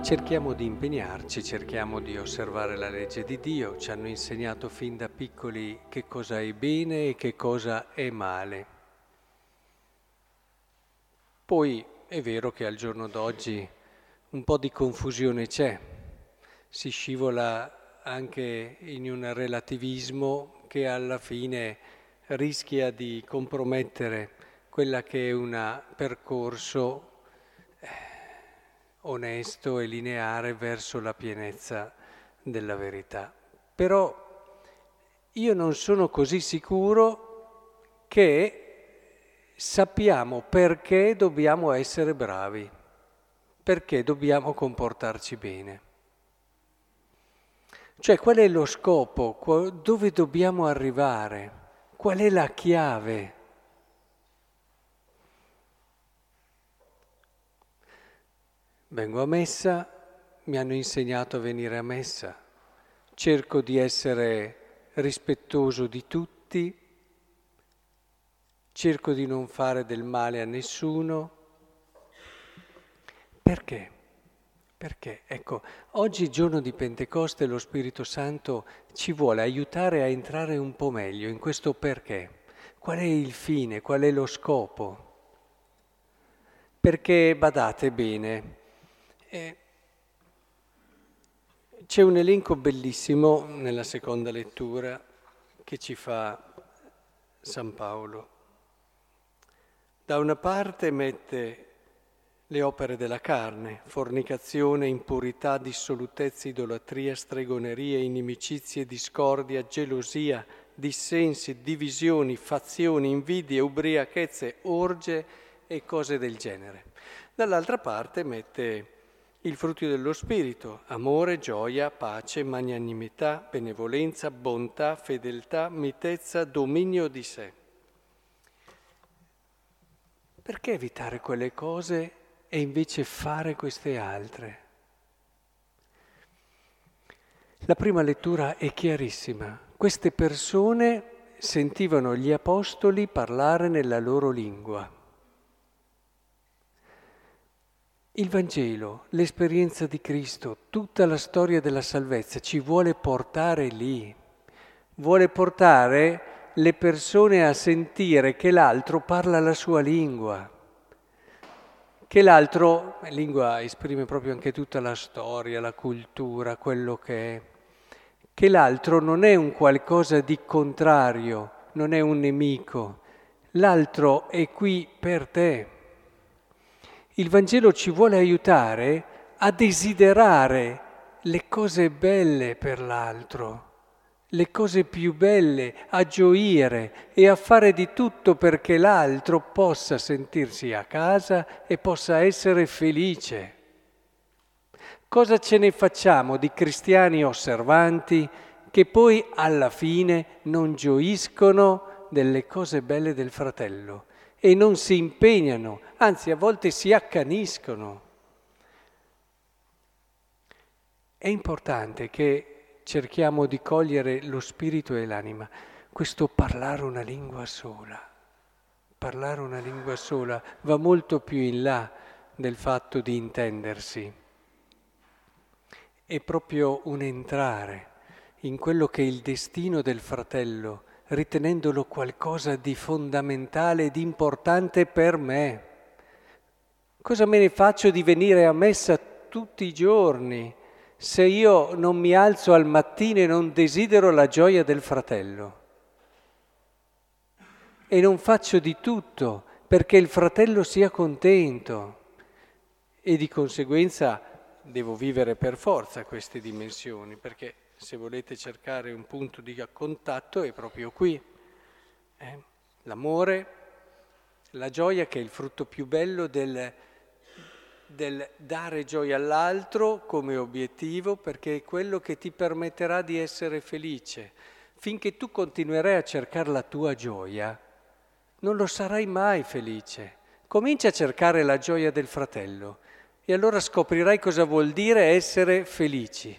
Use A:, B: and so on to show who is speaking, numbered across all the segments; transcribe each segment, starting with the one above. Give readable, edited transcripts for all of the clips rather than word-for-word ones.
A: Cerchiamo di impegnarci, cerchiamo di osservare la legge di Dio. Ci hanno insegnato fin da piccoli che cosa è bene e che cosa è male. Poi è vero che al giorno d'oggi un po' di confusione c'è, si scivola anche in un relativismo che alla fine rischia di compromettere quella che è un percorso onesto e lineare verso la pienezza della verità. Però io non sono così sicuro che sappiamo perché dobbiamo essere bravi, perché dobbiamo comportarci bene. Cioè, qual è lo scopo? Dove dobbiamo arrivare? Qual è la chiave? Vengo a messa, mi hanno insegnato a venire a messa, cerco di essere rispettoso di tutti, cerco di non fare del male a nessuno. Perché? Perché? Ecco, oggi giorno di Pentecoste lo Spirito Santo ci vuole aiutare a entrare un po' meglio in questo perché. Qual è il fine? Qual è lo scopo? Perché badate bene, c'è un elenco bellissimo nella seconda lettura che ci fa San Paolo. Da una parte mette le opere della carne, fornicazione, impurità, dissolutezza, idolatria, stregonerie, inimicizie, discordia, gelosia, dissensi, divisioni, fazioni, invidie, ubriachezze, orge e cose del genere. Dall'altra parte mette il frutto dello Spirito: amore, gioia, pace, magnanimità, benevolenza, bontà, fedeltà, mitezza, dominio di sé. Perché evitare quelle cose e invece fare queste altre? La prima lettura è chiarissima. Queste persone sentivano gli apostoli parlare nella loro lingua. Il Vangelo, l'esperienza di Cristo, tutta la storia della salvezza ci vuole portare lì, vuole portare le persone a sentire che l'altro parla la sua lingua, che l'altro, lingua esprime proprio anche tutta la storia, la cultura, quello che l'altro non è un qualcosa di contrario, non è un nemico, l'altro è qui per te. Il Vangelo ci vuole aiutare a desiderare le cose belle per l'altro, le cose più belle, a gioire e a fare di tutto perché l'altro possa sentirsi a casa e possa essere felice. Cosa ce ne facciamo di cristiani osservanti che poi alla fine non gioiscono delle cose belle del fratello e non si impegnano, anzi a volte si accaniscono? È importante che cerchiamo di cogliere lo spirito e l'anima, questo parlare una lingua sola. Parlare una lingua sola va molto più in là del fatto di intendersi. È proprio un entrare in quello che è il destino del fratello, ritenendolo qualcosa di fondamentale e di importante per me. Cosa me ne faccio di venire a messa tutti i giorni se io non mi alzo al mattino e non desidero la gioia del fratello? E non faccio di tutto perché il fratello sia contento e di conseguenza devo vivere per forza queste dimensioni, perché se volete cercare un punto di contatto è proprio qui. L'amore, la gioia che è il frutto più bello del dare gioia all'altro come obiettivo, perché è quello che ti permetterà di essere felice. Finché tu continuerai a cercare la tua gioia, non lo sarai mai felice. Comincia a cercare la gioia del fratello e allora scoprirai cosa vuol dire essere felici.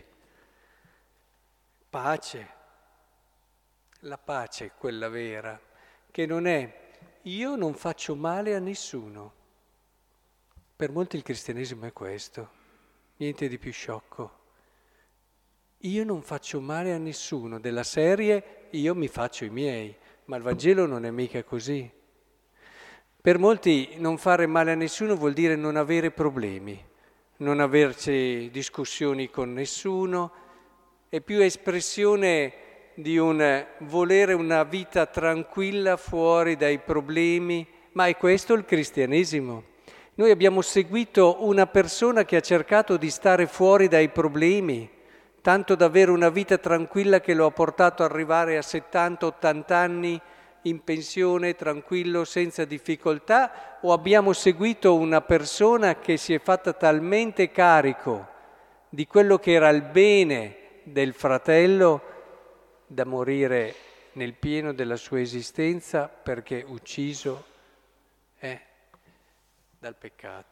A: Pace. La pace, quella vera, che non è io non faccio male a nessuno. Per molti il cristianesimo è questo. Niente di più sciocco. Io non faccio male a nessuno, della serie io mi faccio i miei, ma il Vangelo non è mica così. Per molti non fare male a nessuno vuol dire non avere problemi, non averci discussioni con nessuno, è più espressione di un volere una vita tranquilla fuori dai problemi, ma è questo il cristianesimo. Noi abbiamo seguito una persona che ha cercato di stare fuori dai problemi, tanto da avere una vita tranquilla che lo ha portato ad arrivare a 70-80 anni in pensione, tranquillo, senza difficoltà, o abbiamo seguito una persona che si è fatta talmente carico di quello che era il bene del fratello da morire nel pieno della sua esistenza perché ucciso dal peccato.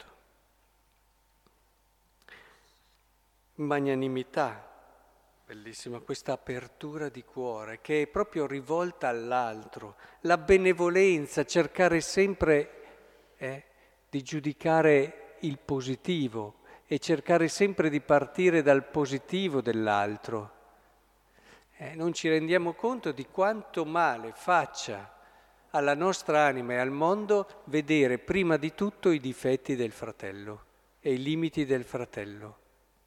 A: Magnanimità, bellissima questa apertura di cuore che è proprio rivolta all'altro, la benevolenza, cercare sempre di giudicare il positivo e cercare sempre di partire dal positivo dell'altro. Non ci rendiamo conto di quanto male faccia alla nostra anima e al mondo vedere prima di tutto i difetti del fratello e i limiti del fratello.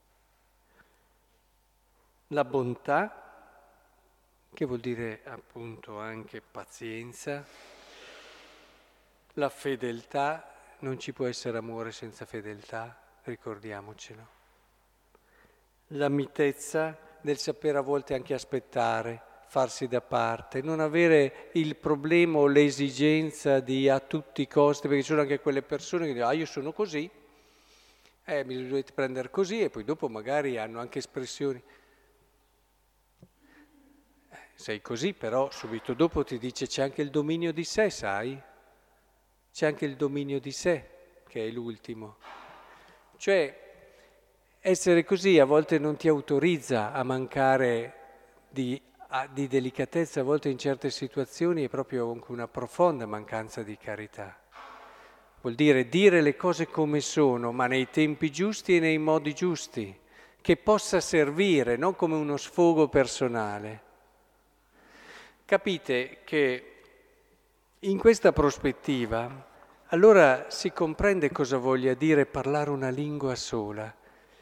A: La bontà, che vuol dire appunto anche pazienza, la fedeltà, non ci può essere amore senza fedeltà, ricordiamocelo. La mitezza del sapere a volte anche aspettare, farsi da parte, non avere il problema o l'esigenza di a tutti i costi, perché ci sono anche quelle persone che dicono io sono così, mi dovete prendere così e poi dopo magari hanno anche espressioni. Sei così, però subito dopo ti dice c'è anche il dominio di sé, sai? C'è anche il dominio di sé, che è l'ultimo. Cioè, essere così a volte non ti autorizza a mancare di delicatezza, a volte in certe situazioni è proprio anche una profonda mancanza di carità. Vuol dire le cose come sono, ma nei tempi giusti e nei modi giusti, che possa servire, non come uno sfogo personale. Capite che in questa prospettiva allora si comprende cosa voglia dire parlare una lingua sola.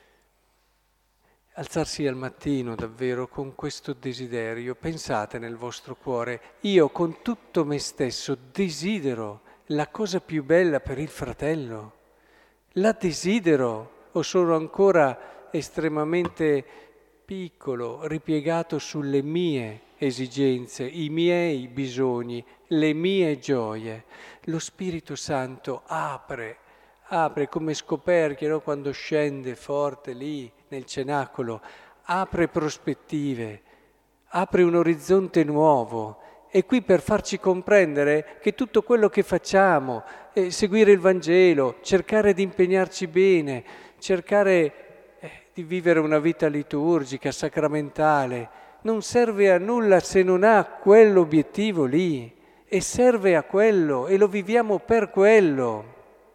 A: Alzarsi al mattino davvero con questo desiderio, pensate nel vostro cuore, io con tutto me stesso desidero la cosa più bella per il fratello, la desidero o sono ancora estremamente piccolo, ripiegato sulle mie esigenze, i miei bisogni, le mie gioie. Lo Spirito Santo apre come scoperchie, no? Quando scende forte lì nel cenacolo, apre prospettive, apre un orizzonte nuovo. È qui per farci comprendere che tutto quello che facciamo, seguire il Vangelo, cercare di impegnarci bene, cercare di vivere una vita liturgica, sacramentale, non serve a nulla se non ha quell'obiettivo lì, e serve a quello, e lo viviamo per quello.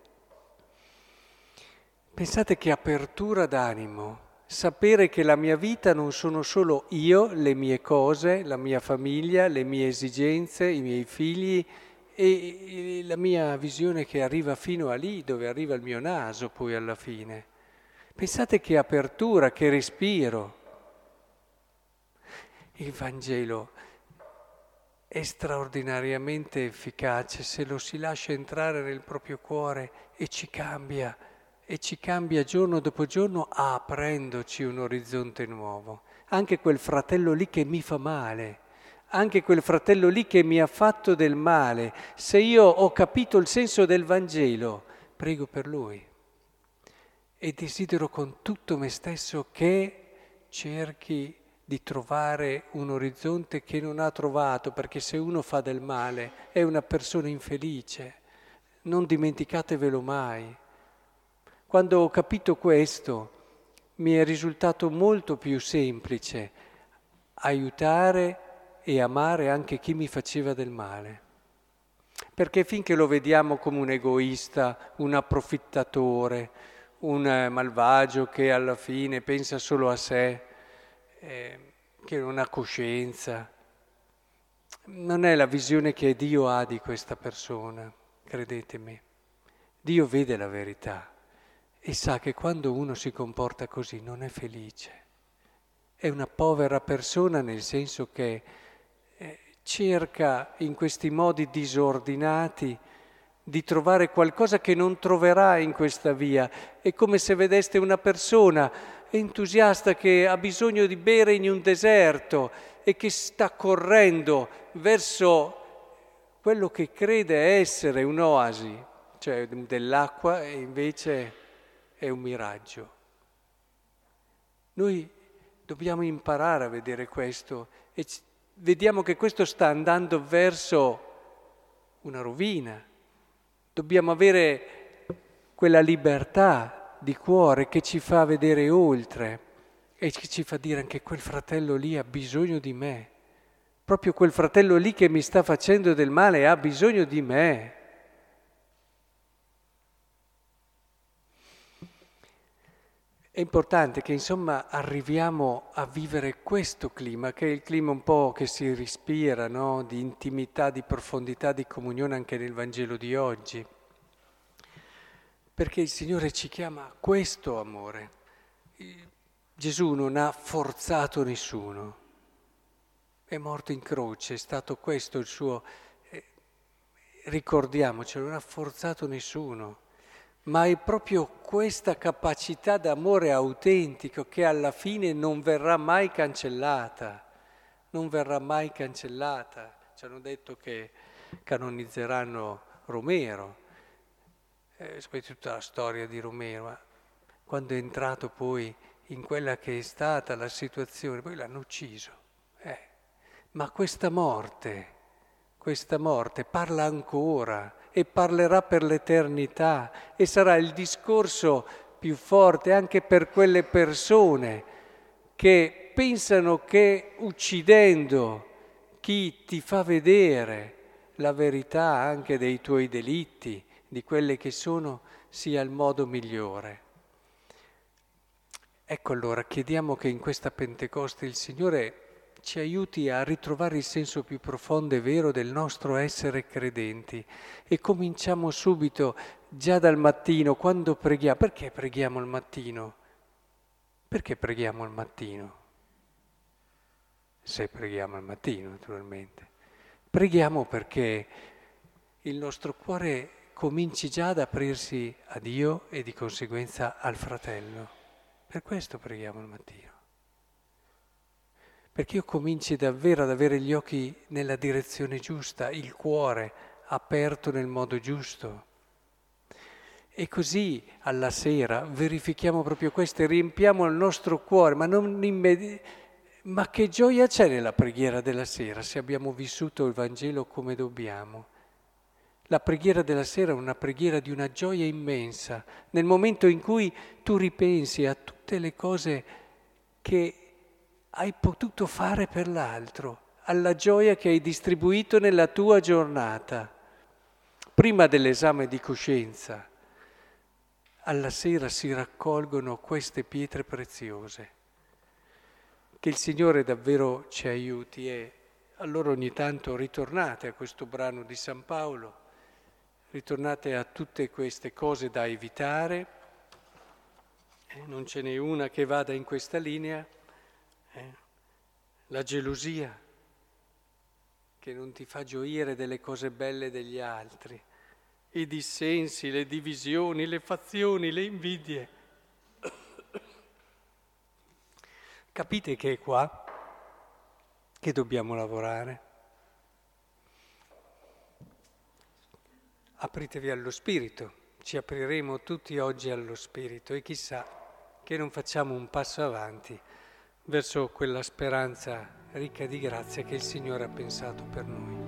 A: Pensate che apertura d'animo, sapere che la mia vita non sono solo io, le mie cose, la mia famiglia, le mie esigenze, i miei figli e la mia visione che arriva fino a lì, dove arriva il mio naso poi alla fine. Pensate che apertura, che respiro. Il Vangelo è straordinariamente efficace se lo si lascia entrare nel proprio cuore e ci cambia giorno dopo giorno aprendoci un orizzonte nuovo. Anche quel fratello lì che mi fa male, anche quel fratello lì che mi ha fatto del male, se io ho capito il senso del Vangelo, prego per lui e desidero con tutto me stesso che cerchi di trovare un orizzonte che non ha trovato, perché se uno fa del male è una persona infelice, non dimenticatevelo mai. Quando ho capito questo, mi è risultato molto più semplice aiutare e amare anche chi mi faceva del male. Perché finché lo vediamo come un egoista, un approfittatore, un malvagio che alla fine pensa solo a sé, che non ha coscienza. Non è la visione che Dio ha di questa persona, credetemi. Dio vede la verità e sa che quando uno si comporta così non è felice. È una povera persona nel senso che cerca in questi modi disordinati di trovare qualcosa che non troverà in questa via. È come se vedeste una persona entusiasta che ha bisogno di bere in un deserto e che sta correndo verso quello che crede essere un'oasi, cioè dell'acqua, e invece è un miraggio. Noi dobbiamo imparare a vedere questo e vediamo che questo sta andando verso una rovina. Dobbiamo avere quella libertà di cuore che ci fa vedere oltre e che ci fa dire anche quel fratello lì ha bisogno di me. Proprio quel fratello lì che mi sta facendo del male ha bisogno di me. È importante che insomma arriviamo a vivere questo clima, che è il clima un po' che si respira, no? Di intimità, di profondità, di comunione anche nel Vangelo di oggi. Perché il Signore ci chiama a questo amore. Gesù non ha forzato nessuno, è morto in croce, è stato questo il suo, ricordiamocelo, non ha forzato nessuno. Ma è proprio questa capacità d'amore autentico che alla fine non verrà mai cancellata, non verrà mai cancellata. Ci hanno detto che canonizzeranno Romero, soprattutto la storia di Romero, ma quando è entrato poi in quella che è stata la situazione, poi l'hanno ucciso. Ma questa morte parla ancora e parlerà per l'eternità e sarà il discorso più forte anche per quelle persone che pensano che uccidendo chi ti fa vedere la verità anche dei tuoi delitti, di quelle che sono, sia il modo migliore. Ecco allora, chiediamo che in questa Pentecoste il Signore ci aiuti a ritrovare il senso più profondo e vero del nostro essere credenti e cominciamo subito, già dal mattino, quando preghiamo. Perché preghiamo al mattino? Perché preghiamo al mattino? Se preghiamo al mattino, naturalmente. Preghiamo perché il nostro cuore cominci già ad aprirsi a Dio e di conseguenza al fratello. Per questo preghiamo al mattino. Perché io cominci davvero ad avere gli occhi nella direzione giusta, il cuore aperto nel modo giusto. E così alla sera verifichiamo proprio questo e riempiamo il nostro cuore, ma che gioia c'è nella preghiera della sera se abbiamo vissuto il Vangelo come dobbiamo? La preghiera della sera è una preghiera di una gioia immensa, nel momento in cui tu ripensi a tutte le cose che hai potuto fare per l'altro, alla gioia che hai distribuito nella tua giornata. Prima dell'esame di coscienza, alla sera si raccolgono queste pietre preziose. Che il Signore davvero ci aiuti e allora ogni tanto ritornate a questo brano di San Paolo, ritornate a tutte queste cose da evitare, non ce n'è una che vada in questa linea. La gelosia che non ti fa gioire delle cose belle degli altri, i dissensi, le divisioni, le fazioni, le invidie. Capite che è qua che dobbiamo lavorare? Apritevi allo Spirito, ci apriremo tutti oggi allo Spirito e chissà che non facciamo un passo avanti verso quella speranza ricca di grazia che il Signore ha pensato per noi.